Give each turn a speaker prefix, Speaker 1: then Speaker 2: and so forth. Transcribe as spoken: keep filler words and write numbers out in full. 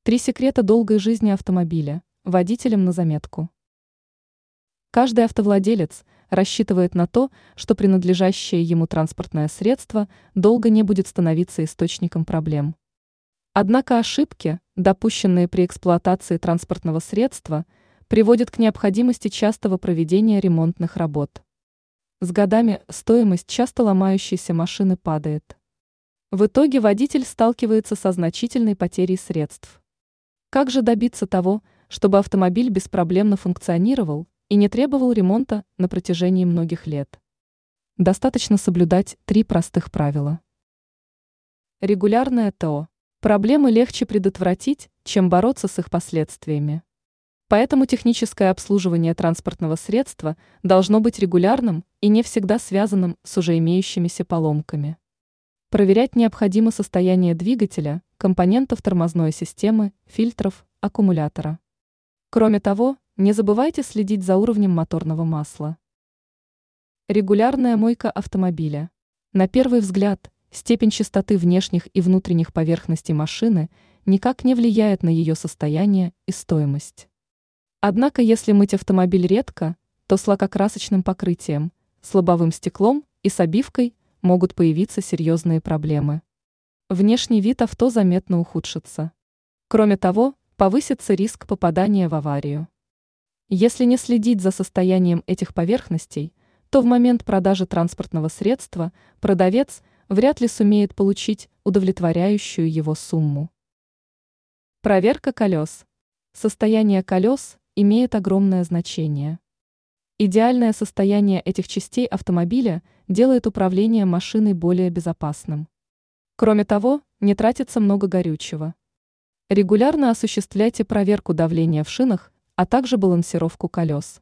Speaker 1: Три секрета долгой жизни автомобиля. Водителям на заметку. Каждый автовладелец рассчитывает на то, что принадлежащее ему транспортное средство долго не будет становиться источником проблем. Однако ошибки, допущенные при эксплуатации транспортного средства, приводят к необходимости частого проведения ремонтных работ. С годами стоимость часто ломающейся машины падает. В итоге водитель сталкивается со значительной потерей средств. Как же добиться того, чтобы автомобиль беспроблемно функционировал и не требовал ремонта на протяжении многих лет? Достаточно соблюдать три простых правила. Регулярное ТО. Проблемы легче предотвратить, чем бороться с их последствиями. Поэтому техническое обслуживание транспортного средства должно быть регулярным и не всегда связанным с уже имеющимися поломками. Проверять необходимо состояние двигателя, компонентов тормозной системы, фильтров, аккумулятора. Кроме того, не забывайте следить за уровнем моторного масла. Регулярная мойка автомобиля. На первый взгляд, степень чистоты внешних и внутренних поверхностей машины никак не влияет на ее состояние и стоимость. Однако, если мыть автомобиль редко, то с лакокрасочным покрытием, с лобовым стеклом и с обивкой могут появиться серьезные проблемы. Внешний вид авто заметно ухудшится. Кроме того, повысится риск попадания в аварию. Если не следить за состоянием этих поверхностей, то в момент продажи транспортного средства продавец вряд ли сумеет получить удовлетворяющую его сумму. Проверка колес. Состояние колес имеет огромное значение. Идеальное состояние этих частей автомобиля делает управление машиной более безопасным. Кроме того, не тратится много горючего. Регулярно осуществляйте проверку давления в шинах, а также балансировку колес.